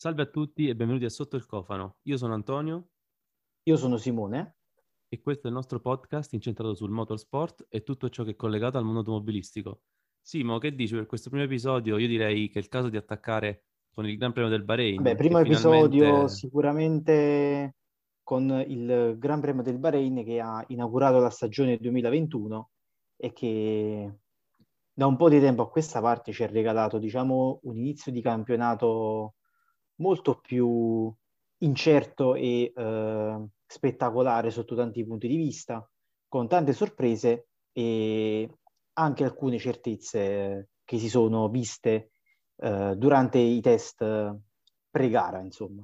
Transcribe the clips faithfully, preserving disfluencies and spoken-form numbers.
Salve a tutti e benvenuti a Sotto il Cofano. Io sono Antonio Io sono Simone. e questo è il nostro podcast incentrato sul motorsport e tutto ciò che è collegato al mondo automobilistico. Simo, che dici per questo primo episodio? Io direi che è il caso di attaccare con il Gran Premio del Vabbè, Bahrain, che primo episodio finalmente... sicuramente con il Gran Premio del Bahrain che ha inaugurato la stagione duemilaventuno e che da un po' di tempo a questa parte ci ha regalato, diciamo, un inizio di campionato molto più incerto e eh, spettacolare sotto tanti punti di vista, con tante sorprese e anche alcune certezze che si sono viste eh, durante i test eh, pre-gara, insomma.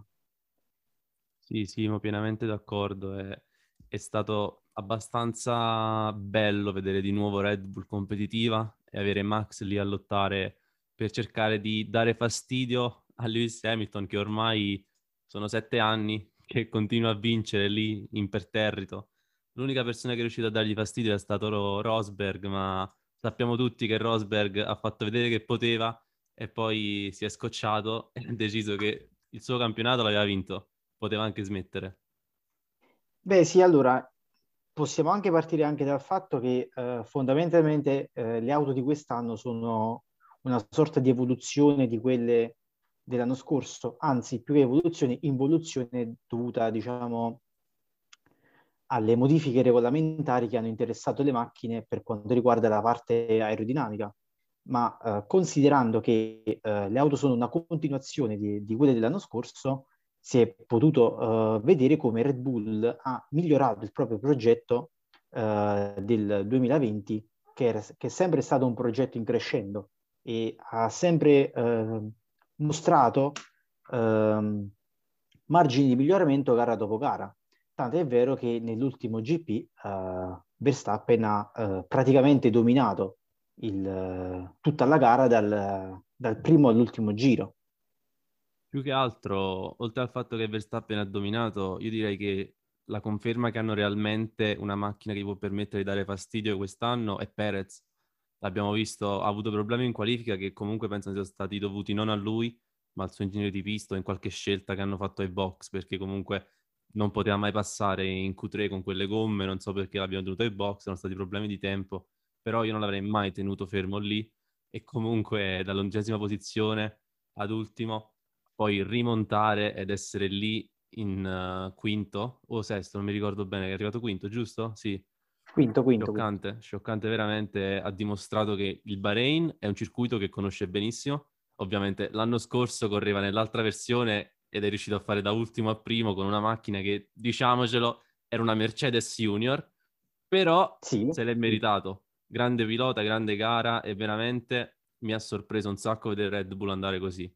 Sì, sì, siamo pienamente d'accordo. È, è stato abbastanza bello vedere di nuovo Red Bull competitiva e avere Max lì a lottare per cercare di dare fastidio a Lewis Hamilton, che ormai sono sette anni che continua a vincere lì imperterrito. L'unica persona che è riuscita a dargli fastidio è stato Ro- Rosberg, ma sappiamo tutti che Rosberg ha fatto vedere che poteva e poi si è scocciato e ha deciso che il suo campionato l'aveva vinto, poteva anche smettere. Beh, sì, allora possiamo anche partire anche dal fatto che eh, fondamentalmente eh, le auto di quest'anno sono una sorta di evoluzione di quelle dell'anno scorso, anzi più che evoluzione, involuzione dovuta, diciamo, alle modifiche regolamentari che hanno interessato le macchine per quanto riguarda la parte aerodinamica. Ma eh, considerando che eh, le auto sono una continuazione di, di quelle dell'anno scorso, si è potuto eh, vedere come Red Bull ha migliorato il proprio progetto eh, del duemilaventi, che, era, che è sempre stato un progetto in crescendo e ha sempre eh, mostrato ehm, margini di miglioramento gara dopo gara. Tanto è vero che nell'ultimo G P eh, Verstappen ha eh, praticamente dominato il, eh, tutta la gara dal, dal primo all'ultimo giro. Più che altro, oltre al fatto che Verstappen ha dominato, io direi che la conferma che hanno realmente una macchina che gli può permettere di dare fastidio quest'anno è Perez. L'abbiamo visto, ha avuto problemi in qualifica che comunque penso siano stati dovuti non a lui, ma al suo ingegnere di pista o in qualche scelta che hanno fatto ai box, perché comunque non poteva mai passare in Q tre con quelle gomme, non so perché l'abbiamo tenuto ai box, sono stati problemi di tempo, però io non l'avrei mai tenuto fermo lì e comunque dall'undicesima posizione ad ultimo poi rimontare ed essere lì in uh, quinto o sesto, non mi ricordo bene, è arrivato quinto, giusto? Sì, Quinto, quinto, quinto. scioccante, scioccante veramente, ha dimostrato che il Bahrain è un circuito che conosce benissimo, ovviamente l'anno scorso correva nell'altra versione ed è riuscito a fare da ultimo a primo con una macchina che, diciamocelo, era una Mercedes Junior, però Sì, se l'è sì. meritato. Grande pilota, grande gara e veramente mi ha sorpreso un sacco vedere Red Bull andare così.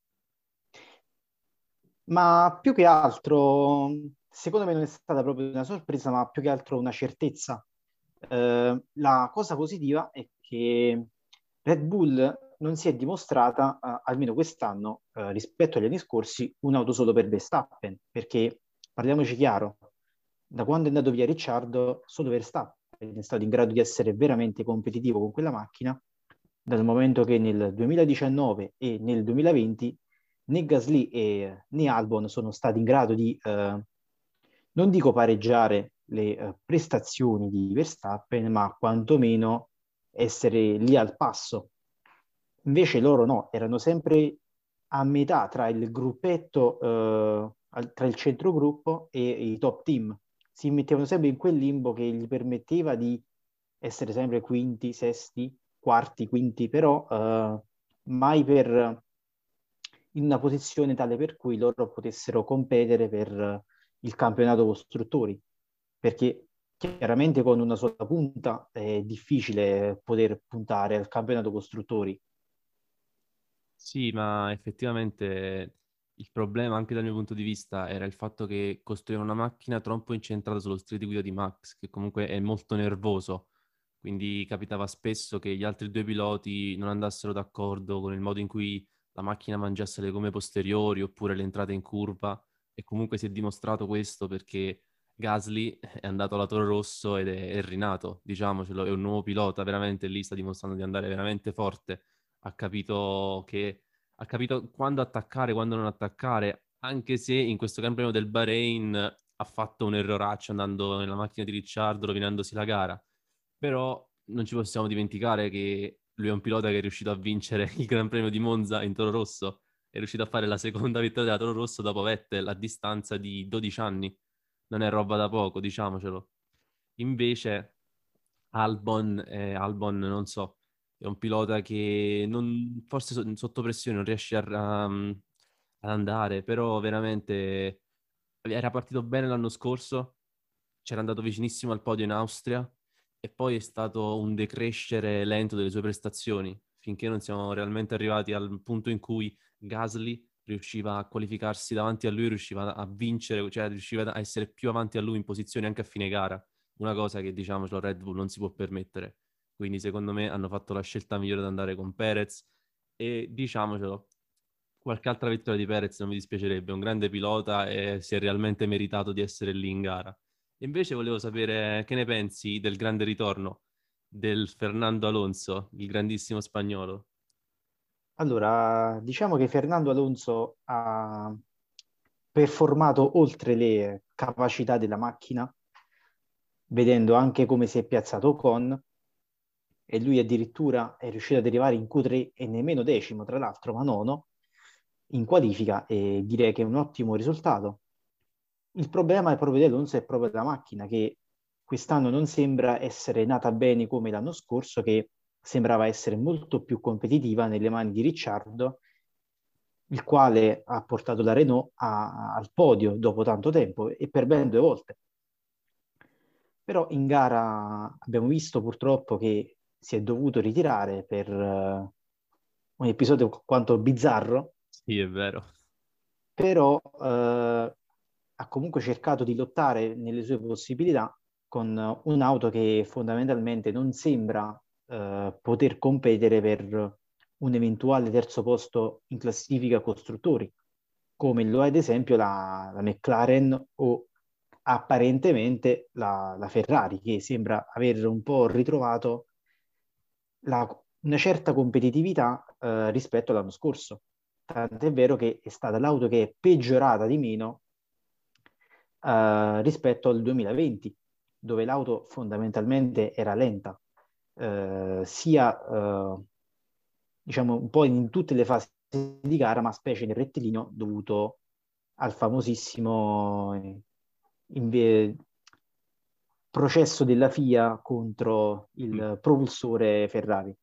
Ma più che altro, secondo me non è stata proprio una sorpresa, ma più che altro una certezza. Eh, la cosa positiva è che Red Bull non si è dimostrata, eh, almeno quest'anno, eh, rispetto agli anni scorsi, un'auto solo per Verstappen, perché parliamoci chiaro, da quando è andato via Ricciardo, solo Verstappen è stato in grado di essere veramente competitivo con quella macchina, dal momento che nel duemiladiciannove e nel duemilaventi né Gasly e né Albon sono stati in grado di, eh, non dico pareggiare le eh, prestazioni di Verstappen, ma quantomeno essere lì al passo. Invece loro no, erano sempre a metà tra il gruppetto, eh, al- tra il centrogruppo e i top team. Si mettevano sempre in quel limbo che gli permetteva di essere sempre quinti, sesti, quarti, quinti, però eh, mai per in una posizione tale per cui loro potessero competere per il campionato costruttori, perché chiaramente con una sola punta è difficile poter puntare al campionato costruttori. Sì, ma effettivamente il problema, anche dal mio punto di vista, era il fatto che costruivano una macchina troppo incentrata sullo stile di guida di Max, che comunque è molto nervoso. Quindi capitava spesso che gli altri due piloti non andassero d'accordo con il modo in cui la macchina mangiasse le gomme posteriori oppure le entrate in curva. E comunque si è dimostrato questo perché Gasly è andato alla Toro Rosso ed è, è rinato, diciamocelo, è un nuovo pilota, veramente lì sta dimostrando di andare veramente forte, ha capito che ha capito quando attaccare, quando non attaccare, anche se in questo Gran Premio del Bahrain ha fatto un erroraccio andando nella macchina di Ricciardo, rovinandosi la gara. Però non ci possiamo dimenticare che lui è un pilota che è riuscito a vincere il Gran Premio di Monza in Toro Rosso, è riuscito a fare la seconda vittoria della Toro Rosso dopo Vettel a distanza di dodici anni. Non è roba da poco, diciamocelo. Invece Albon, eh, Albon non so, è un pilota che non, forse so- sotto pressione non riesce a, um, ad andare, però veramente era partito bene l'anno scorso, c'era andato vicinissimo al podio in Austria e poi è stato un decrescere lento delle sue prestazioni, finché non siamo realmente arrivati al punto in cui Gasly riusciva a qualificarsi davanti a lui, riusciva a vincere, cioè riusciva a essere più avanti a lui in posizione anche a fine gara, una cosa che diciamocelo Red Bull non si può permettere. Quindi secondo me hanno fatto la scelta migliore di andare con Perez e diciamocelo, qualche altra vittoria di Perez non mi dispiacerebbe, è un grande pilota e si è realmente meritato di essere lì in gara. Invece volevo sapere che ne pensi del grande ritorno del Fernando Alonso, il grandissimo spagnolo. Allora, diciamo che Fernando Alonso ha performato oltre le capacità della macchina, vedendo anche come si è piazzato Ocon, e lui addirittura è riuscito ad arrivare in Q tre e nemmeno decimo, tra l'altro, ma nono in qualifica, e direi che è un ottimo risultato. Il problema è proprio di Alonso, è proprio la macchina, che quest'anno non sembra essere nata bene come l'anno scorso, che sembrava essere molto più competitiva nelle mani di Ricciardo, il quale ha portato la Renault a- al podio dopo tanto tempo e per ben due volte. Però in gara abbiamo visto purtroppo che si è dovuto ritirare per eh, un episodio quanto bizzarro, Sì, è vero. però eh, ha comunque cercato di lottare nelle sue possibilità con un'auto che fondamentalmente non sembra eh, poter competere per un eventuale terzo posto in classifica costruttori, come lo è ad esempio la, la McLaren o apparentemente la, la Ferrari, che sembra aver un po' ritrovato la- una certa competitività eh, rispetto all'anno scorso. Tant'è vero che è stata l'auto che è peggiorata di meno eh, rispetto al duemilaventi, dove l'auto fondamentalmente era lenta, eh, sia eh, diciamo un po' in tutte le fasi di gara, ma specie nel rettilineo dovuto al famosissimo eh, inve- processo della F I A contro Mm. il propulsore Ferrari.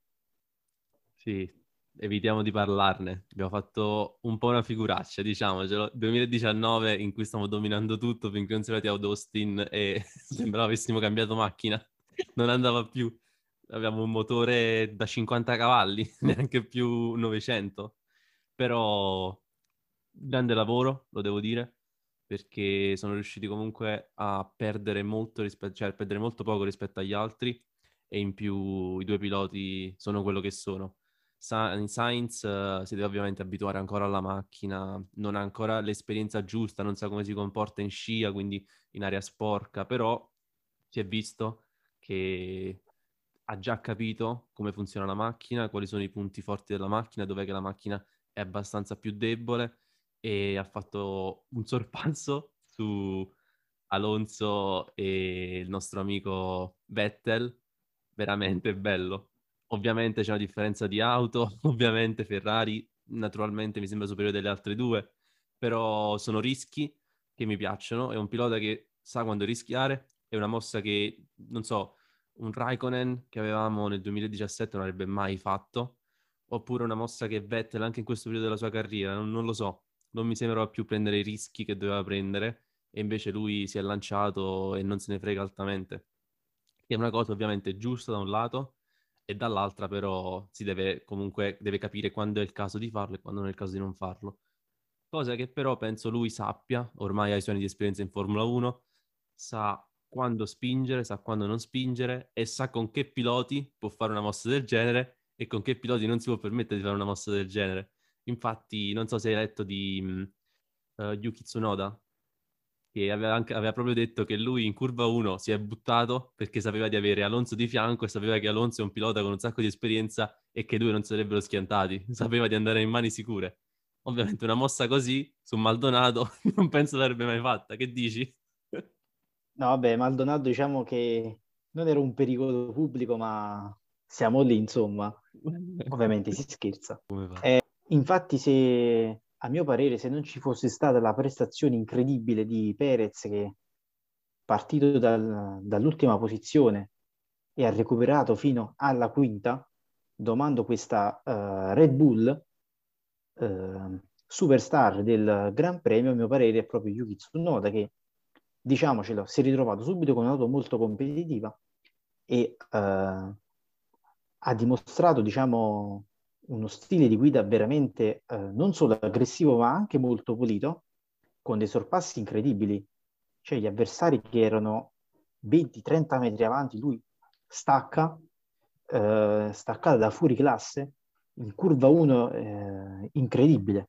Sì, evitiamo di parlarne. Abbiamo fatto un po' una figuraccia, diciamocelo. duemiladiciannove in cui stiamo dominando tutto finché non siamo arrivati ad Austin e sembrava avessimo cambiato macchina. Non andava più. Avevamo un motore da cinquanta cavalli, neanche più novecento. Però grande lavoro, lo devo dire, perché sono riusciti comunque a perdere molto rispetto, cioè a perdere molto poco rispetto agli altri e in più i due piloti sono quello che sono. Sa- Sainz eh, si deve ovviamente abituare ancora alla macchina, non ha ancora l'esperienza giusta, non sa come si comporta in scia, quindi in aria sporca, però si è visto che ha già capito come funziona la macchina, quali sono i punti forti della macchina, dov'è che la macchina è abbastanza più debole e ha fatto un sorpasso su Alonso e il nostro amico Vettel, veramente bello. Ovviamente c'è una differenza di auto, ovviamente Ferrari naturalmente mi sembra superiore delle altre due, però sono rischi che mi piacciono, è un pilota che sa quando rischiare, è una mossa che, non so, un Raikkonen che avevamo nel duemiladiciassette non avrebbe mai fatto, oppure una mossa che Vettel anche in questo periodo della sua carriera, non, non lo so, non mi sembrava più prendere i rischi che doveva prendere e invece lui si è lanciato e non se ne frega altamente. Che è una cosa ovviamente giusta da un lato e dall'altra però si deve comunque deve capire quando è il caso di farlo e quando non è il caso di non farlo. Cosa che però penso lui sappia, ormai ha i suoi anni di esperienza in Formula uno, sa quando spingere, sa quando non spingere e sa con che piloti può fare una mossa del genere e con che piloti non si può permettere di fare una mossa del genere. Infatti, non so se hai letto di mh, eh, Yuki Tsunoda, che aveva, anche- aveva proprio detto che lui in curva uno si è buttato perché sapeva di avere Alonso di fianco e sapeva che Alonso è un pilota con un sacco di esperienza e che i due non si sarebbero schiantati, sapeva di andare in mani sicure. Ovviamente una mossa così su Maldonado non penso l'avrebbe mai fatta, che dici? No, vabbè, Maldonado diciamo che non era un pericolo pubblico, ma siamo lì, insomma. Ovviamente si scherza. Come fa? Eh, infatti, se a mio parere, se non ci fosse stata la prestazione incredibile di Perez, che partito dal- dall'ultima posizione e ha recuperato fino alla quinta, domando questa eh, Red Bull, eh, superstar del Gran Premio, a mio parere, è proprio Yuki Tsunoda che, diciamocelo, si è ritrovato subito con un'auto molto competitiva e eh, ha dimostrato, diciamo, uno stile di guida veramente eh, non solo aggressivo, ma anche molto pulito, con dei sorpassi incredibili. Cioè, gli avversari che erano venti trenta metri avanti, lui stacca, eh, staccata da fuori classe, in curva uno, eh, incredibile.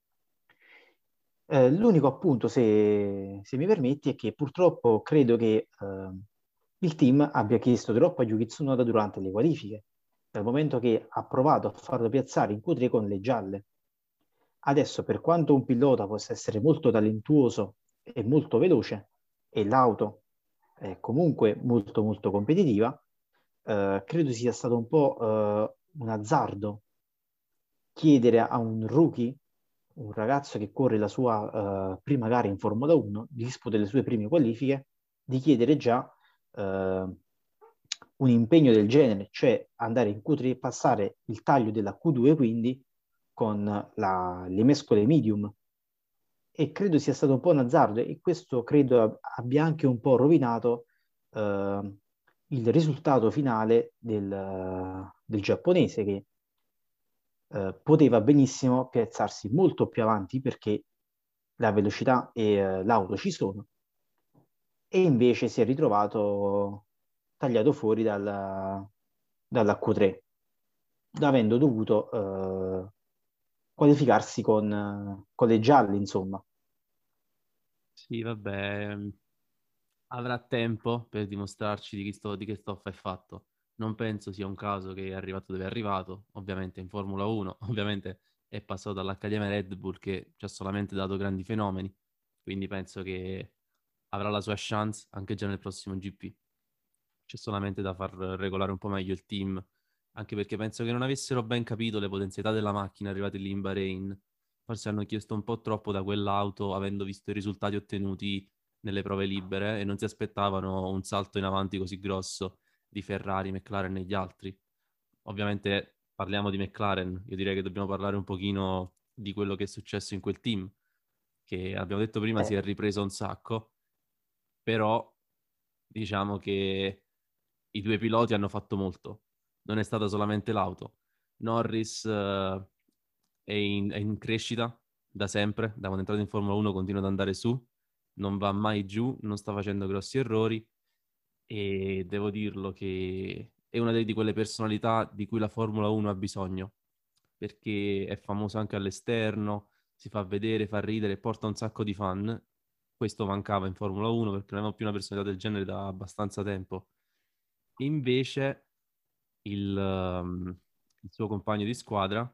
Eh, l'unico appunto, se, se mi permetti, è che purtroppo credo che eh, il team abbia chiesto troppo a Yuki Tsunoda durante le qualifiche, dal momento che ha provato a farlo piazzare in Q tre con le gialle. Adesso, per quanto un pilota possa essere molto talentuoso e molto veloce, e l'auto è comunque molto molto competitiva, eh, credo sia stato un po' eh, un azzardo chiedere a un rookie, un ragazzo che corre la sua uh, prima gara in Formula uno, disputa le sue prime qualifiche, di chiedere già uh, un impegno del genere, cioè andare in Q tre e passare il taglio della Q due, quindi con la, le mescole medium. E credo sia stato un po' un azzardo e questo credo abbia anche un po' rovinato uh, il risultato finale del, uh, del giapponese che eh, poteva benissimo piazzarsi molto più avanti perché la velocità e eh, l'auto ci sono, e invece si è ritrovato tagliato fuori dalla, dalla Q tre, avendo dovuto eh, qualificarsi con, eh, con le gialle, insomma. Sì, vabbè, avrà tempo per dimostrarci di, chi sto, di che stoffa è fatto. Non penso sia un caso che è arrivato dove è arrivato, ovviamente in Formula uno, ovviamente è passato dall'Accademia Red Bull che ci ha solamente dato grandi fenomeni, quindi penso che avrà la sua chance anche già nel prossimo G P. C'è solamente da far regolare un po' meglio il team, anche perché penso che non avessero ben capito le potenzialità della macchina arrivati lì in Bahrain. Forse hanno chiesto un po' troppo da quell'auto, avendo visto i risultati ottenuti nelle prove libere, e non si aspettavano un salto in avanti così grosso di Ferrari, McLaren e gli altri. Ovviamente parliamo di McLaren, io direi che dobbiamo parlare un pochino di quello che è successo in quel team, che abbiamo detto prima si Eh, è ripreso un sacco, però diciamo che i due piloti hanno fatto molto. Non è stata solamente l'auto. Norris eh, è, in, è in crescita da sempre, da quando è entrato in Formula uno continua ad andare su, non va mai giù, non sta facendo grossi errori e devo dirlo che è una di quelle personalità di cui la Formula uno ha bisogno, perché è famoso anche all'esterno, si fa vedere, fa ridere e porta un sacco di fan. Questo mancava in Formula uno perché non avevamo più una personalità del genere da abbastanza tempo. Invece il, um, il suo compagno di squadra,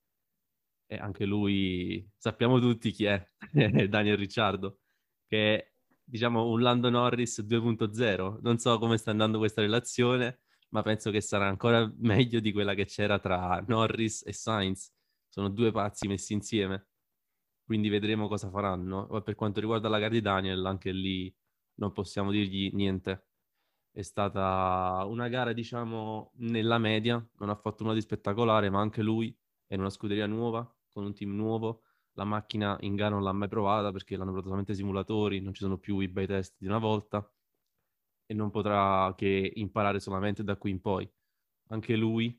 e anche lui sappiamo tutti chi è, è Daniel Ricciardo, che è diciamo un Lando Norris due punto zero. Non so come sta andando questa relazione, ma penso che sarà ancora meglio di quella che c'era tra Norris e Sainz. Sono due pazzi messi insieme, quindi vedremo cosa faranno. Per quanto riguarda la gara di Daniel, anche lì non possiamo dirgli niente. È stata una gara, diciamo, nella media, non ha fatto nulla di spettacolare, ma anche lui è in una scuderia nuova, con un team nuovo. La macchina in gara non l'ha mai provata perché l'hanno provato solamente simulatori, non ci sono più i bei test di una volta e non potrà che imparare solamente da qui in poi. Anche lui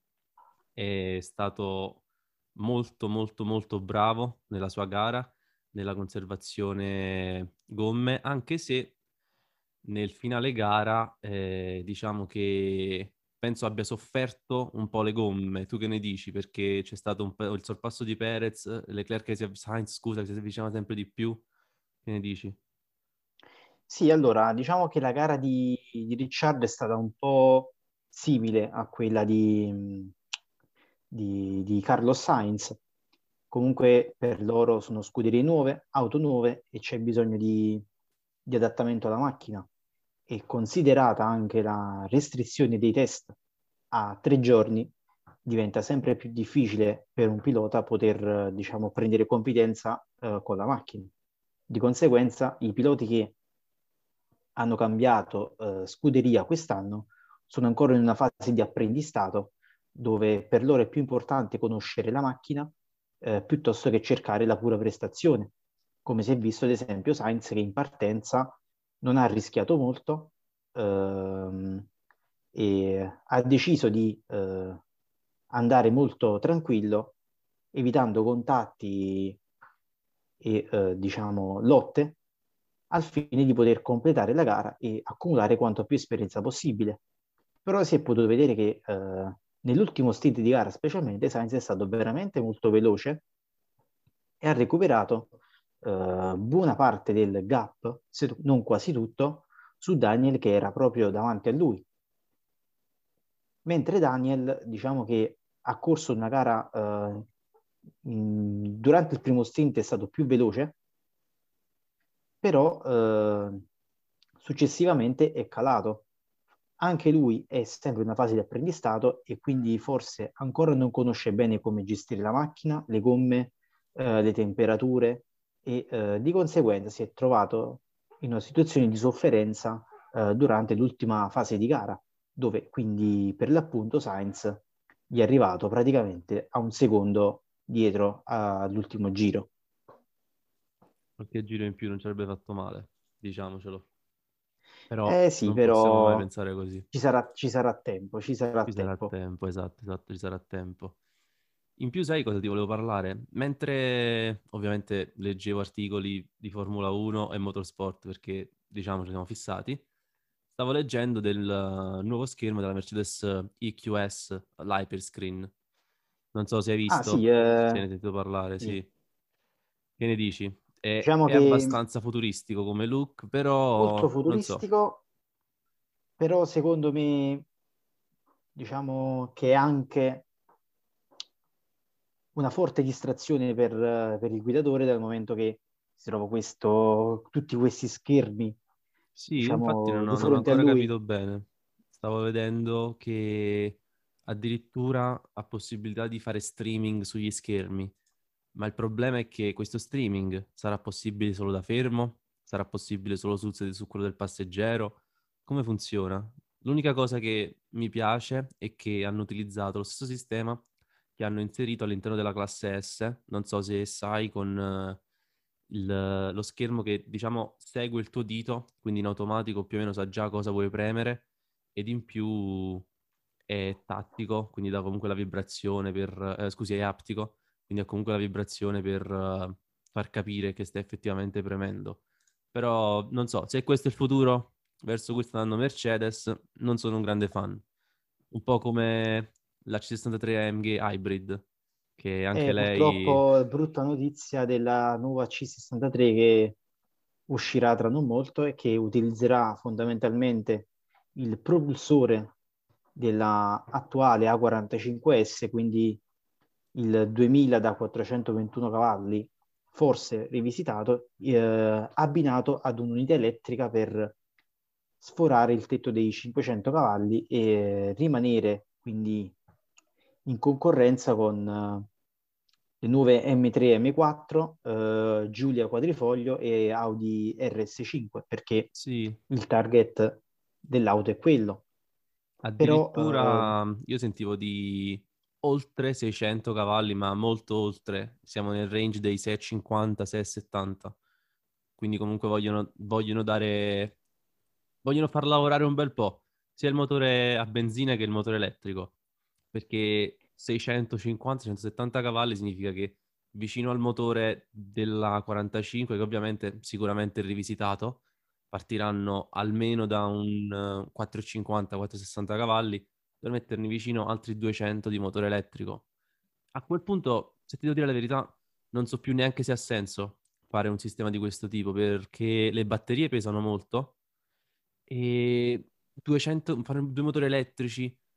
è stato molto, molto, molto bravo nella sua gara, nella conservazione gomme, anche se nel finale gara, eh, diciamo che penso abbia sofferto un po' le gomme. Tu che ne dici? Perché c'è stato un po' il sorpasso di Perez, Leclerc che si av- Sainz, scusa, che si avvicina sempre di più. Che ne dici? sì, allora, diciamo che la gara di, di Ricciardo è stata un po' simile a quella di, di, di Carlos Sainz. Comunque per loro sono scuderie nuove, auto nuove e c'è bisogno di, di adattamento alla macchina. E considerata anche la restrizione dei test a tre giorni, diventa sempre più difficile per un pilota poter, eh, diciamo, prendere confidenza eh, con la macchina. Di conseguenza, i piloti che hanno cambiato eh, scuderia quest'anno sono ancora in una fase di apprendistato dove per loro è più importante conoscere la macchina eh, piuttosto che cercare la pura prestazione. Come si è visto, ad esempio, Sainz che in partenza non ha rischiato molto ehm, e ha deciso di eh, andare molto tranquillo, evitando contatti e eh, diciamo lotte al fine di poter completare la gara e accumulare quanto più esperienza possibile. Però si è potuto vedere che eh, nell'ultimo stint di gara specialmente Sainz è stato veramente molto veloce e ha recuperato eh, buona parte del gap, se non quasi tutto, su Daniel che era proprio davanti a lui. Mentre Daniel, diciamo che ha corso una gara eh, mh, durante il primo stint è stato più veloce, però eh, successivamente è calato. Anche lui è sempre in una fase di apprendistato e quindi forse ancora non conosce bene come gestire la macchina, le gomme, eh, le temperature e eh, di conseguenza si è trovato in una situazione di sofferenza eh, durante l'ultima fase di gara, dove quindi per l'appunto Sainz gli è arrivato praticamente a un secondo dietro all'ultimo giro. Qualche giro in più non ci avrebbe fatto male, diciamocelo. Però Eh sì, non possiamo mai però pensare così. ci sarà, ci sarà tempo, ci sarà Ci sarà tempo. tempo, esatto, esatto, ci sarà tempo. In più, sai cosa ti volevo parlare? Mentre ovviamente leggevo articoli di Formula uno e motorsport, perché diciamo ci siamo fissati, stavo leggendo del uh, nuovo schermo della Mercedes E Q S, l'Hyperscreen. Non so se hai Ah sì, visto, se ne eh, hai sentito parlare, sì. sì. Che ne dici? È, Diciamo è che abbastanza futuristico come look, molto però non so. futuristico, però secondo me diciamo che è anche una forte distrazione per, eh, per il guidatore dal momento che si trova questo, tutti questi schermi, Sì, infatti diciamo, non di ho, non ho fronte a ancora lui. capito bene. Stavo vedendo che addirittura ha possibilità di fare streaming sugli schermi, ma il problema è che questo streaming sarà possibile solo da fermo, sarà possibile solo sul, su quello del passeggero. Come funziona? L'unica cosa che mi piace è che hanno utilizzato lo stesso sistema che hanno inserito all'interno della classe S. Non so se sai, con eh, il- lo schermo che diciamo segue il tuo dito, quindi in automatico più o meno sa già cosa vuoi premere ed in più è tattico, quindi dà comunque la vibrazione per, eh, scusi, è aptico, quindi ha comunque la vibrazione per eh, far capire che stai effettivamente premendo. Però non so, se questo è il futuro verso cui sta andando Mercedes, non sono un grande fan. Un po' come la C sessantatré A M G Hybrid, che anche E lei... purtroppo brutta notizia della nuova C sessantatré che uscirà tra non molto e che utilizzerà fondamentalmente il propulsore della attuale A quarantacinque S, quindi il duemila da quattrocentoventuno cavalli, forse rivisitato, eh, abbinato ad un'unità elettrica per sforare il tetto dei cinquecento cavalli e rimanere quindi in concorrenza con eh, le nuove M tre e M quattro, eh, Giulia Quadrifoglio e Audi R S cinque, perché Sì, il target dell'auto è quello. Però eh, addirittura io sentivo di oltre seicento cavalli, ma molto oltre. Siamo nel range dei seicentocinquanta, seicentosettanta. Quindi comunque vogliono, vogliono dare... vogliono far lavorare un bel po', sia il motore a benzina che il motore elettrico. Perché seicentocinquanta, seicentosettanta cavalli significa che vicino al motore della quarantacinque, che ovviamente sicuramente è rivisitato, partiranno almeno da un eh, quattrocentocinquanta quattrocentosessanta cavalli per mettermi vicino altri duecento di motore elettrico. A quel punto, se ti devo dire la verità, non so più neanche se ha senso fare un sistema di questo tipo perché le batterie pesano molto e duecento, fare due motori elettrici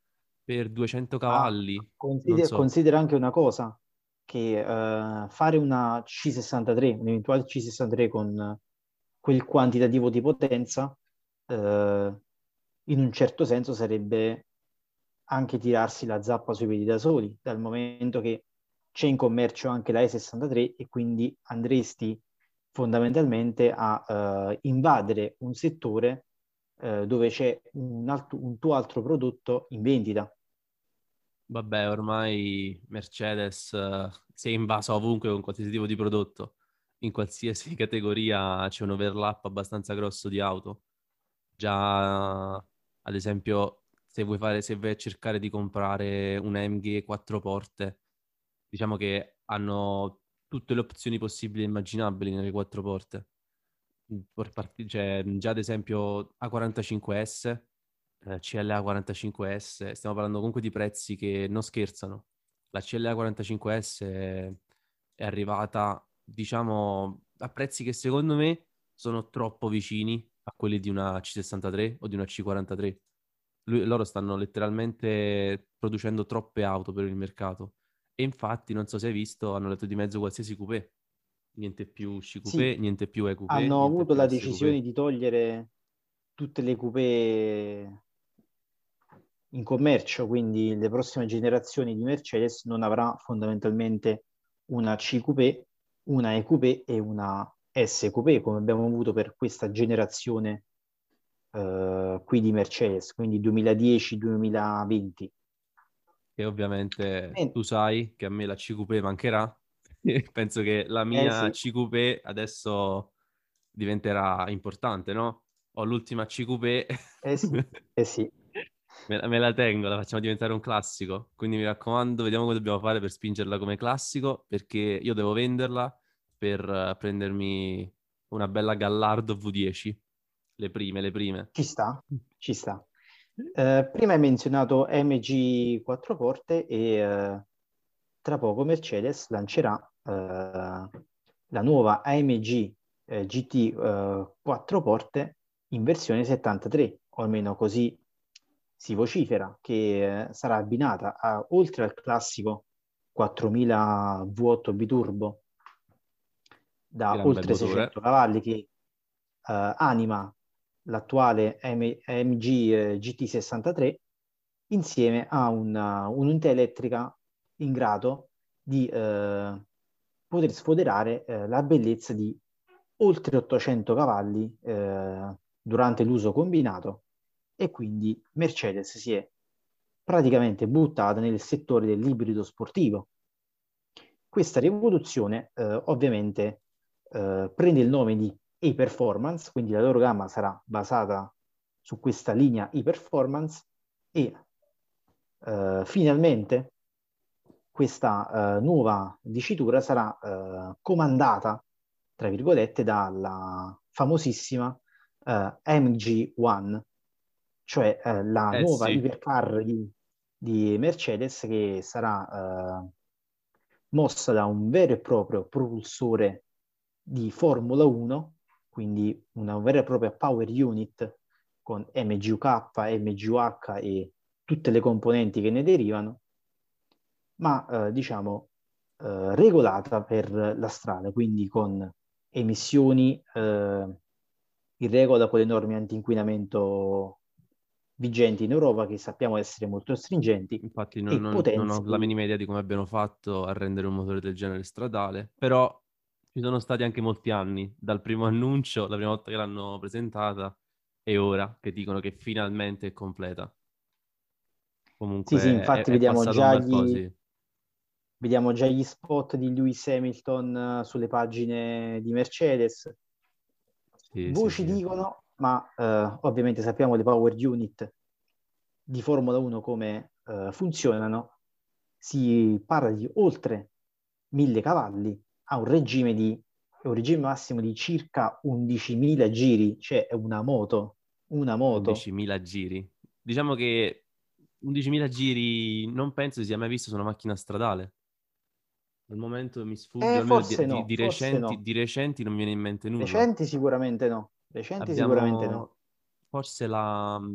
per duecento Ma cavalli, non considera, so. considera anche una cosa, che eh, fare una C sessantatré, un'eventuale C sessantatré con quel quantitativo di potenza, eh, in un certo senso sarebbe anche tirarsi la zappa sui piedi da soli, dal momento che c'è in commercio anche la E sessantatré e quindi andresti fondamentalmente a eh, invadere un settore eh, dove c'è un, alt- un tuo altro prodotto in vendita. Vabbè, ormai Mercedes eh, si è invasa ovunque con qualsiasi tipo di prodotto. In qualsiasi categoria c'è un overlap abbastanza grosso di auto. Già, ad esempio, se vuoi fare, se vai a cercare di comprare una A M G quattro porte, diciamo che hanno tutte le opzioni possibili e immaginabili nelle quattro porte. Per parti- cioè, già ad esempio A quarantacinque S, eh, C L A quarantacinque S, stiamo parlando comunque di prezzi che non scherzano. La C L A quarantacinque S è, è arrivata, diciamo, a prezzi che secondo me sono troppo vicini a quelli di una C sessantatré o di una C quarantatré. Lui- loro stanno letteralmente producendo troppe auto per il mercato. E infatti, non so se hai visto, hanno letto di mezzo qualsiasi coupé. Niente più C Sì, coupé, niente più E coupé, hanno niente avuto più la S coupé. decisione di togliere tutte le coupé in commercio, quindi le prossime generazioni di Mercedes non avrà fondamentalmente una C coupé, una E coupé e una S coupé, come abbiamo avuto per questa generazione eh, qui di Mercedes, quindi duemiladieci-duemilaventi. E ovviamente Eh, tu sai che a me la C coupé mancherà. Penso che la eh mia sì, C coupé adesso diventerà importante, no? Ho l'ultima C coupé. eh sì, eh sì. Me la, me la tengo, la facciamo diventare un classico. Quindi mi raccomando, vediamo come dobbiamo fare per spingerla come classico, perché io devo venderla per eh, prendermi una bella Gallardo V dieci. Le prime, le prime. Ci sta, ci sta. Eh, prima hai menzionato M G quattro porte e eh, tra poco Mercedes lancerà eh, la nuova A M G eh, G T eh, quattro porte in versione settantatré, o almeno così si vocifera, che eh, sarà abbinata a, oltre al classico quattromila V otto biturbo da Gran bel oltre motore. seicento cavalli che eh, anima l'attuale M- AMG eh, G T sessantatré insieme a una, un'unità elettrica in grado di eh, poter sfoderare eh, la bellezza di oltre ottocento cavalli eh, durante l'uso combinato e quindi Mercedes si è praticamente buttata nel settore dell'ibrido sportivo. Questa rivoluzione eh, ovviamente eh, prende il nome di e-performance, quindi la loro gamma sarà basata su questa linea e-performance e eh, finalmente questa eh, nuova dicitura sarà eh, comandata, tra virgolette, dalla famosissima eh, M G uno, cioè eh, la Eh nuova sì, hypercar di, di Mercedes che sarà eh, mossa da un vero e proprio propulsore di Formula uno, quindi una vera e propria power unit con M G U K, M G U H e tutte le componenti che ne derivano, ma eh, diciamo eh, regolata per la strada, quindi con emissioni eh, in regola con le norme anti-inquinamento vigenti in Europa, che sappiamo essere molto stringenti, infatti non, e non- non ho potenze la che minima idea di come abbiano fatto a rendere un motore del genere stradale, però ci sono stati anche molti anni, dal primo annuncio, la prima volta che l'hanno presentata, e ora che dicono che finalmente è completa. sì, sì, Comunque è, infatti è vediamo passato un già bel po', gli, sì. vediamo già gli spot di Lewis Hamilton eh, sulle pagine di Mercedes. Sì, sì, Voci sì. dicono, ma eh, ovviamente sappiamo le power unit di Formula uno come eh, funzionano. Si parla di oltre mille cavalli a un regime di un regime massimo di circa undicimila giri, cioè è una moto, una moto. undicimila giri. Diciamo che undicimila giri non penso si sia mai visto su una macchina stradale. Al momento mi sfugge, Eh, almeno di, forse di- no, di forse recenti, no. di recenti non mi viene in mente nulla. Recenti sicuramente no, recenti sicuramente no. Abbiamo forse la,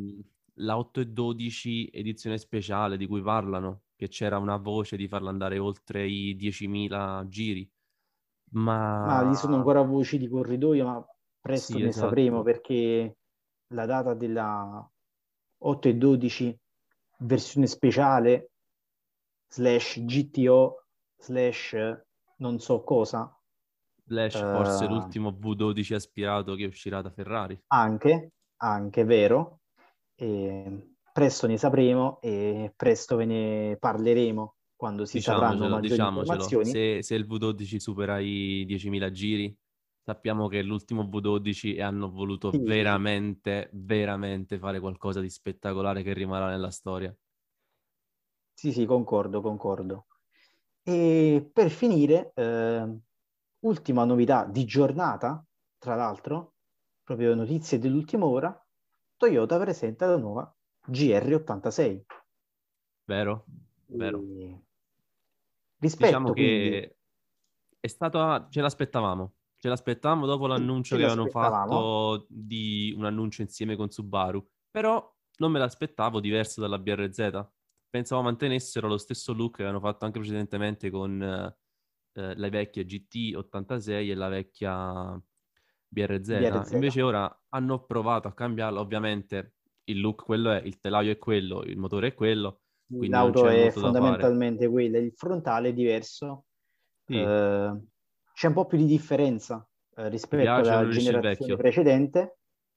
la otto e dodici edizione speciale di cui parlano, che c'era una voce di farla andare oltre i diecimila giri, Ma lì sono ma ancora voci di corridoio, ma presto sì, ne sapremo esatto. perché la data della otto e dodici versione speciale slash G T O slash non so cosa, Flash forse eh, l'ultimo V dodici aspirato che uscirà da Ferrari. anche, anche vero, e presto ne sapremo e presto ve ne parleremo quando si sapranno Diciamocelo, maggiori diciamocelo, informazioni. se, se il V dodici supera i diecimila giri, sappiamo che è l'ultimo V dodici e hanno voluto Sì, sì, sì, veramente, veramente fare qualcosa di spettacolare che rimarrà nella storia. sì, sì, concordo, concordo. E per finire, eh, ultima novità di giornata, tra l'altro, proprio notizie dell'ultima ora, Toyota presenta la nuova G R ottantasei. Vero? Vero. E Diciamo rispetto quindi, che è stata, ce l'aspettavamo. Ce l'aspettavamo dopo sì, l'annuncio ce che avevano l'aspettavamo. fatto di un annuncio insieme con Subaru, però non me l'aspettavo diverso dalla B R Z. Pensavo mantenessero lo stesso look che avevano fatto anche precedentemente con eh, eh, le vecchie G T ottantasei e la vecchia B R Z. B R Z. Invece ora hanno provato a cambiarlo. Ovviamente il look quello è, il telaio è quello, il motore è quello, quindi non L'auto c'è è molto da fare. fondamentalmente quella, il frontale è diverso, Sì, eh, c'è un po' più di differenza eh, ti rispetto piace o alla preferisci il generazione vecchio? precedente.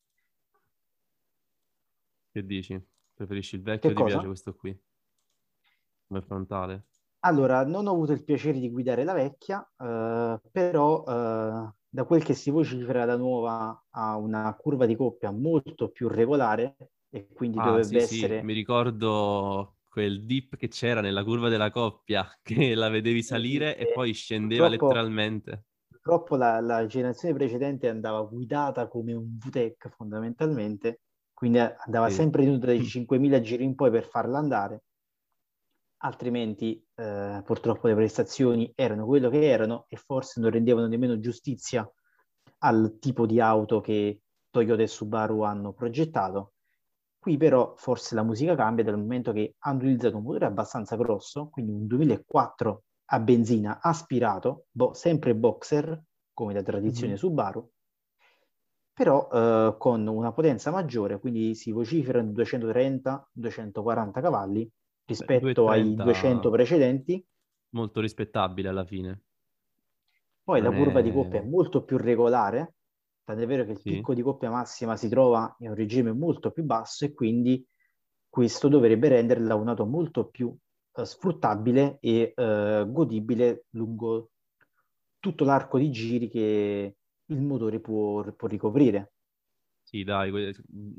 Che dici? Preferisci il Che vecchio o ti piace cosa? questo qui? Come frontale? Allora, non ho avuto il piacere di guidare la vecchia, eh, però eh, da quel che si vocifera la nuova ha una curva di coppia molto più regolare e quindi Ah, sì, dovrebbe sì, mi essere... ricordo quel dip che c'era nella curva della coppia, che la vedevi Sì, sì, salire e eh, poi scendeva purtroppo, letteralmente. purtroppo la, la generazione precedente andava guidata come un V TEC fondamentalmente, quindi andava Sì. sempre tenuta dai cinquemila giri in poi per farla andare, altrimenti eh, purtroppo le prestazioni erano quello che erano e forse non rendevano nemmeno giustizia al tipo di auto che Toyota e Subaru hanno progettato. Qui però forse la musica cambia dal momento che hanno utilizzato un motore abbastanza grosso, quindi un duemilaquattro a benzina aspirato, bo- sempre boxer, come da tradizione Mhm. Subaru, però eh, con una potenza maggiore, quindi si vociferano duecentotrenta duecentoquaranta cavalli Beh, rispetto ai duecento duecentotrenta precedenti. molto rispettabile alla fine. Poi Non la curva di coppia è è... molto più regolare, tant'è vero che il Sì, picco di coppia massima si trova in un regime molto più basso e quindi questo dovrebbe renderla un'auto molto più eh, sfruttabile e eh, godibile lungo tutto l'arco di giri che il motore può, può ricoprire. sì, dai, que-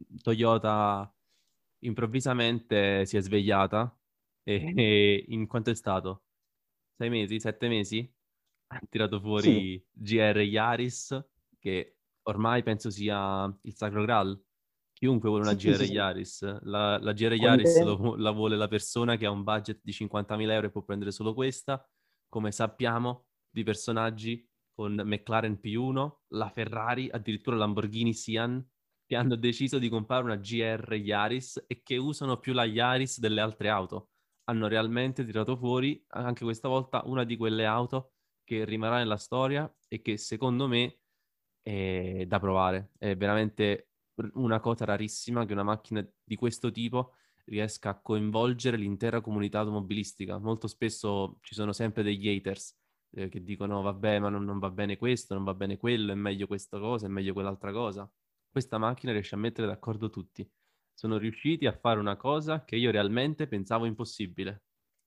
Toyota improvvisamente si è svegliata e, e in quanto è stato? Sei mesi? Sette mesi? Ha tirato Sì, fuori G R Yaris, che ormai penso sia il Sacro Graal. Chiunque vuole una sì, G R sì, sì. Yaris. La, la G R Con i Yaris tempi lo- la vuole la persona che ha un budget di cinquantamila euro e può prendere solo questa. Come sappiamo, di personaggi con McLaren P uno, la Ferrari, addirittura Lamborghini Sian, che hanno deciso di comprare una G R Yaris e che usano più la Yaris delle altre auto. Hanno realmente tirato fuori anche questa volta una di quelle auto che rimarrà nella storia e che secondo me è da provare. È veramente una cosa rarissima che una macchina di questo tipo riesca a coinvolgere l'intera comunità automobilistica. Molto spesso ci sono sempre degli haters eh, che dicono vabbè, ma non, non va bene questo, non va bene quello, è meglio questa cosa, è meglio quell'altra cosa. Questa macchina riesce a mettere d'accordo tutti. Sono riusciti a fare una cosa che io realmente pensavo impossibile.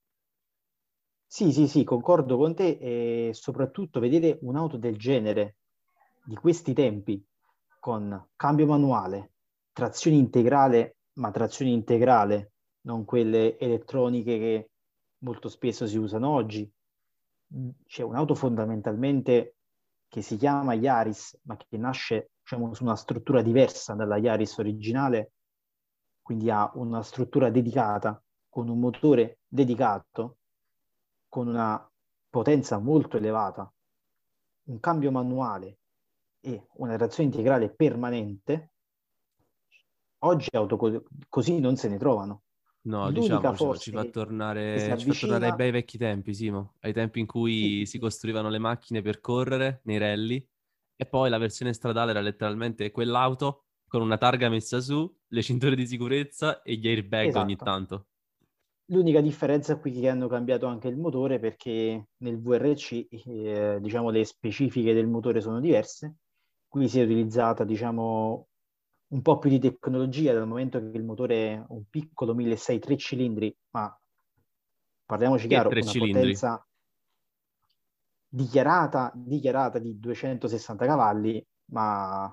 sì, sì, sì, concordo con te e soprattutto vedere un'auto del genere di questi tempi con cambio manuale, trazione integrale, ma trazione integrale, non quelle elettroniche che molto spesso si usano oggi. C'è un'auto fondamentalmente che si chiama Yaris, ma che nasce, diciamo, su una struttura diversa dalla Yaris originale, quindi ha una struttura dedicata, con un motore dedicato, con una potenza molto elevata, un cambio manuale e una trazione integrale permanente, oggi auto co- così non se ne trovano. No, L'unica diciamocelo, ci forse fa che, che si tornare, ci fa tornare ai avvicina, bei vecchi tempi, Simo, ai tempi in sì, cui sì, si sì, costruivano le macchine per correre nei rally e poi la versione stradale era letteralmente quell'auto con una targa messa su, le cinture di sicurezza e gli airbag ogni esatto. tanto. L'unica differenza qui è che hanno cambiato anche il motore perché nel V R C, eh, diciamo, le specifiche del motore sono diverse. Qui si è utilizzata, diciamo, un po' più di tecnologia dal momento che il motore è un piccolo milleseicento tre cilindri, ma parliamoci Che chiaro, tre una cilindri? potenza dichiarata, dichiarata di duecentosessanta cavalli, ma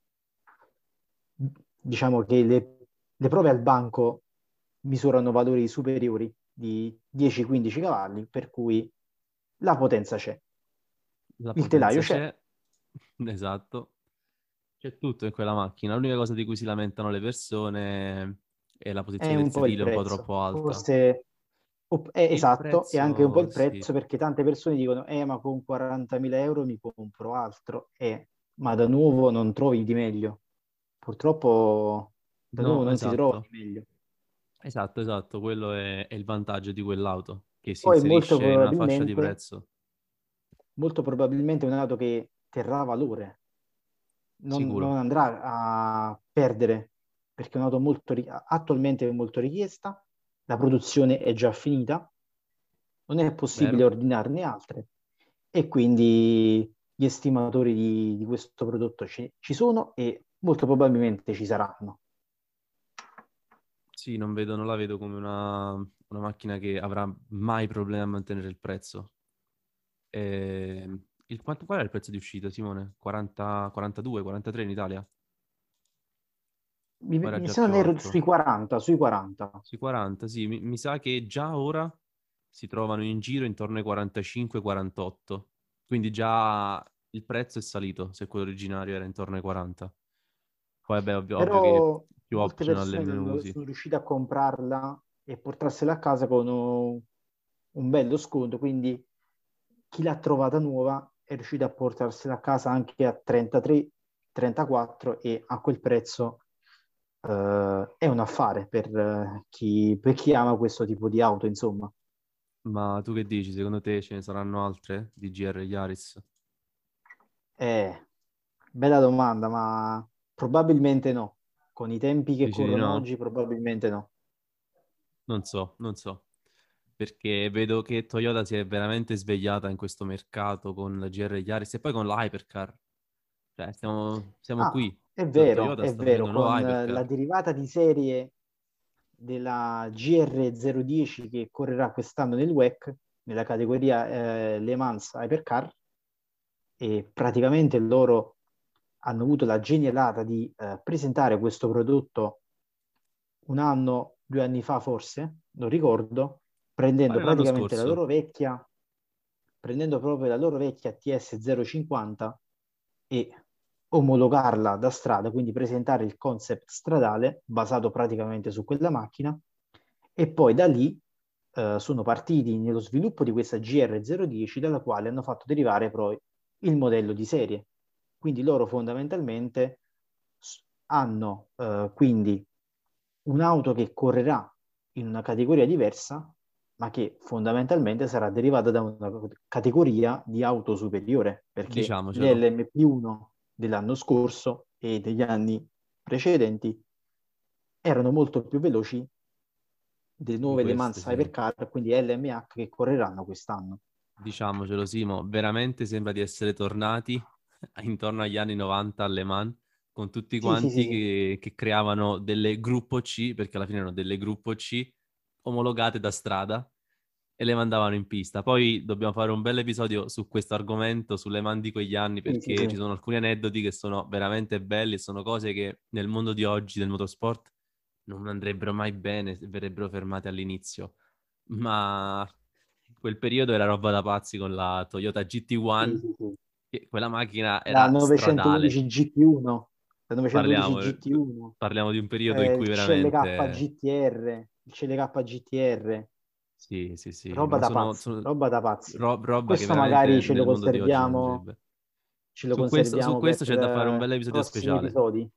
diciamo che le, le prove al banco misurano valori superiori di dieci quindici cavalli, per cui la potenza c'è. La Il telaio potenza c'è. c'è, esatto, c'è tutto in quella macchina. L'unica cosa di cui si lamentano le persone è la È posizione del un po' il sedile un po' prezzo. troppo alta. Forse opp- è Il esatto, e anche un po' prezzo, il sì. prezzo perché tante persone dicono, eh, ma con quarantamila euro mi compro altro, eh, ma da nuovo non trovi di meglio. Purtroppo da nuovo No, non si trova esatto. di meglio. Esatto, esatto, quello è, è il vantaggio di quell'auto, che si Poi molto inserisce in una fascia di probabilmente, prezzo molto probabilmente è un'auto che terrà valore, non, non sicuro. andrà a perdere perché è un'auto molto, ri- attualmente molto richiesta, la produzione è già finita, non è possibile Vero? ordinarne altre e quindi gli estimatori di, di questo prodotto ci, ci sono e molto probabilmente ci saranno. Sì, non vedo, non la vedo come una, una macchina che avrà mai problemi a mantenere il prezzo. E il, quanto, qual è il prezzo di uscita, Simone? quaranta, quarantadue, quarantatré in Italia? Mi, O era mi- già se non più erro sui alto? quaranta, sui quaranta. Sui quaranta, sì. Mi, mi sa che già ora si trovano in giro intorno ai quarantacinque quarantotto. Quindi già il prezzo è salito, se quello originario era intorno ai quaranta. Poi, beh, ovvio, ovvio che Però più molte optional e persone meno sono, usi. sono riuscite a comprarla e portarsela a casa con un, un bello sconto, quindi chi l'ha trovata nuova è riuscito a portarsela a casa anche a trentatré, trentaquattro e a quel prezzo eh, è un affare per, eh, chi, per chi ama questo tipo di auto, insomma. Ma tu che dici? Secondo te ce ne saranno altre di G R Yaris? Eh, bella domanda, ma probabilmente no. Con i tempi che Dici di corrono no? oggi, probabilmente no. Non so, non so. Perché vedo che Toyota si è veramente svegliata in questo mercato con la G R Yaris e poi con l'Hypercar. Cioè, stiamo, siamo Ah, qui. è To- vero, Toyota è sta facendo vero, un nuovo con eh, la Hypercar. derivata di serie della G R zero dieci che correrà quest'anno nel W E C, nella categoria eh, Le Mans Hypercar, e praticamente loro hanno avuto la genialata di eh, presentare questo prodotto un anno, due anni fa forse, non ricordo, prendendo Pare l'anno praticamente la scorso. loro vecchia, prendendo proprio la loro vecchia T S zero cinquanta e omologarla da strada, quindi presentare il concept stradale basato praticamente su quella macchina e poi da lì eh, sono partiti nello sviluppo di questa G R zero dieci dalla quale hanno fatto derivare poi il modello di serie. Quindi loro fondamentalmente hanno eh, quindi un'auto che correrà in una categoria diversa, ma che fondamentalmente sarà derivata da una categoria di auto superiore, perché le Diciamocelo. L M P uno dell'anno scorso e degli anni precedenti erano molto più veloci delle Di nuove Le queste, Mans sì. Hypercar, quindi L M H che correranno quest'anno. Diciamocelo, Simo. Veramente sembra di essere tornati intorno agli anni novanta alle Man, con tutti Sì, sì, sì, quanti sì. che, che creavano delle gruppo C, perché alla fine erano delle gruppo C, omologate da strada e le mandavano in pista. Poi dobbiamo fare un bel episodio su questo argomento, sulle man di quegli anni, Sì, sì, perché ci sì. sono alcuni aneddoti che sono veramente belli e sono cose che nel mondo di oggi del motorsport non andrebbero mai bene se verrebbero fermate all'inizio. Ma in quel periodo era roba da pazzi con la Toyota G T Sì, uno, sì, sì. che quella macchina La era stradale. novecentoundici G T uno, la novecentoundici Parliamo, G T uno, parliamo di un periodo in eh, il cui C L K veramente... G T R, il C L K G T R, Sì, sì, sì, roba ma da sono, pazzi, sono roba da pazzi. ro- roba che Questo magari veramente ce lo nel mondo di oggi non conserviamo, andrebbe. ce lo Su questo, su conserviamo per questo c'è da fare un eh, bel episodio prossimi speciale. episodi.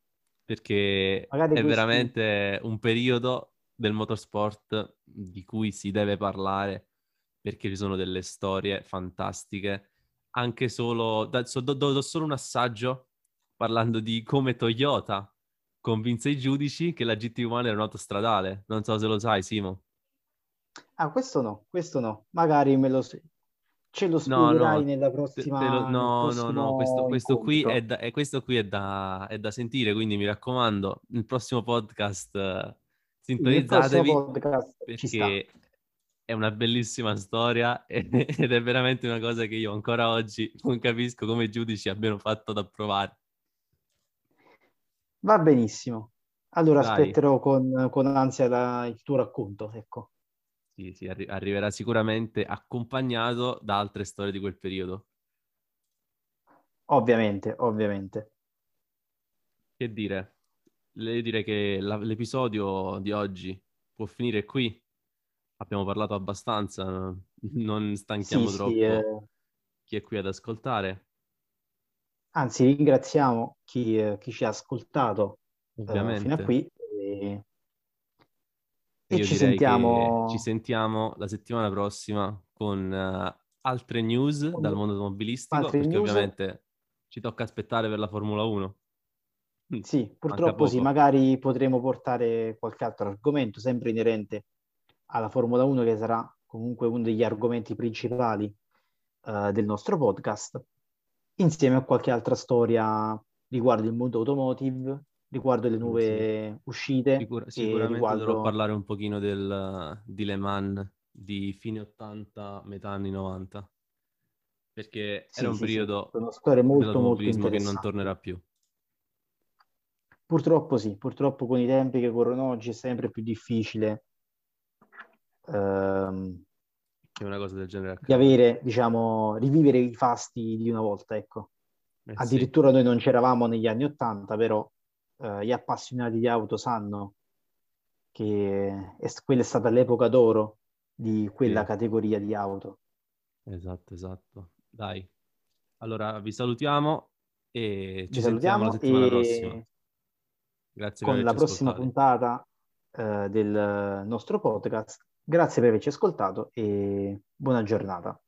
perché Magari è questi... veramente un periodo del motorsport di cui si deve parlare, perché ci sono delle storie fantastiche, anche solo, da- so- do, do- do solo un assaggio parlando di come Toyota convinse i giudici che la G T uno era un'autostradale. Non so se lo sai, Simo. Ah, questo no, questo no. Magari me lo... ce lo No, spiegherai no, nella te- te lo- prossima... nel no, no, no, questo, prossimo questo qui è incontro. da, è- questo qui è da, è da sentire, quindi mi raccomando, nel prossimo podcast eh, Quindi nel prossimo sintonizzatevi podcast ci sta. perché è una bellissima storia e- ed è veramente una cosa che io ancora oggi non capisco come i giudici abbiano fatto ad approvare. Va benissimo. Allora Dai, aspetterò con, con ansia la- il tuo racconto, ecco. sì, sì, arri- arriverà sicuramente accompagnato da altre storie di quel periodo. Ovviamente, ovviamente. Che dire? Le- direi che la- l'episodio di oggi può finire qui. Abbiamo parlato abbastanza, non Sì, stanchiamo sì, eh, troppo chi è qui ad ascoltare, anzi ringraziamo chi, eh, chi ci ha ascoltato eh, fino a ovviamente. qui e, E e io ci direi che ci sentiamo sentiamo la settimana prossima con eh, altre news con dal mondo automobilistico, altre perché news. ovviamente ci tocca aspettare per la Formula uno. Mm, Sì, manca purtroppo sì, poco. magari potremo portare qualche altro argomento, sempre inerente alla Formula uno, che sarà comunque uno degli argomenti principali eh, del nostro podcast, insieme a qualche altra storia riguardo il mondo automotive, riguardo le Sì, sì. nuove uscite Sicur- e sicuramente dovrò riguardo... parlare un pochino del, di Le Mans di fine ottanta, metà anni novanta, perché era Sì, un sì, sì, periodo sono storie molto, molto dell'automobilismo che non interessanti. tornerà più. Purtroppo sì, purtroppo con i tempi che corrono oggi è sempre più difficile ehm, Che una cosa del genere di accada. avere, diciamo, rivivere i fasti di una volta, ecco. Eh sì, Addirittura noi non c'eravamo negli anni Ottanta, però eh, gli appassionati di auto sanno che è- quella è stata l'epoca d'oro di quella sì, categoria di auto. esatto, esatto. Dai, allora vi salutiamo e Vi ci sentiamo la salutiamo settimana prossima. e Grazie per con la averci prossima ascoltati. puntata eh, del nostro podcast. Grazie per averci ascoltato e buona giornata.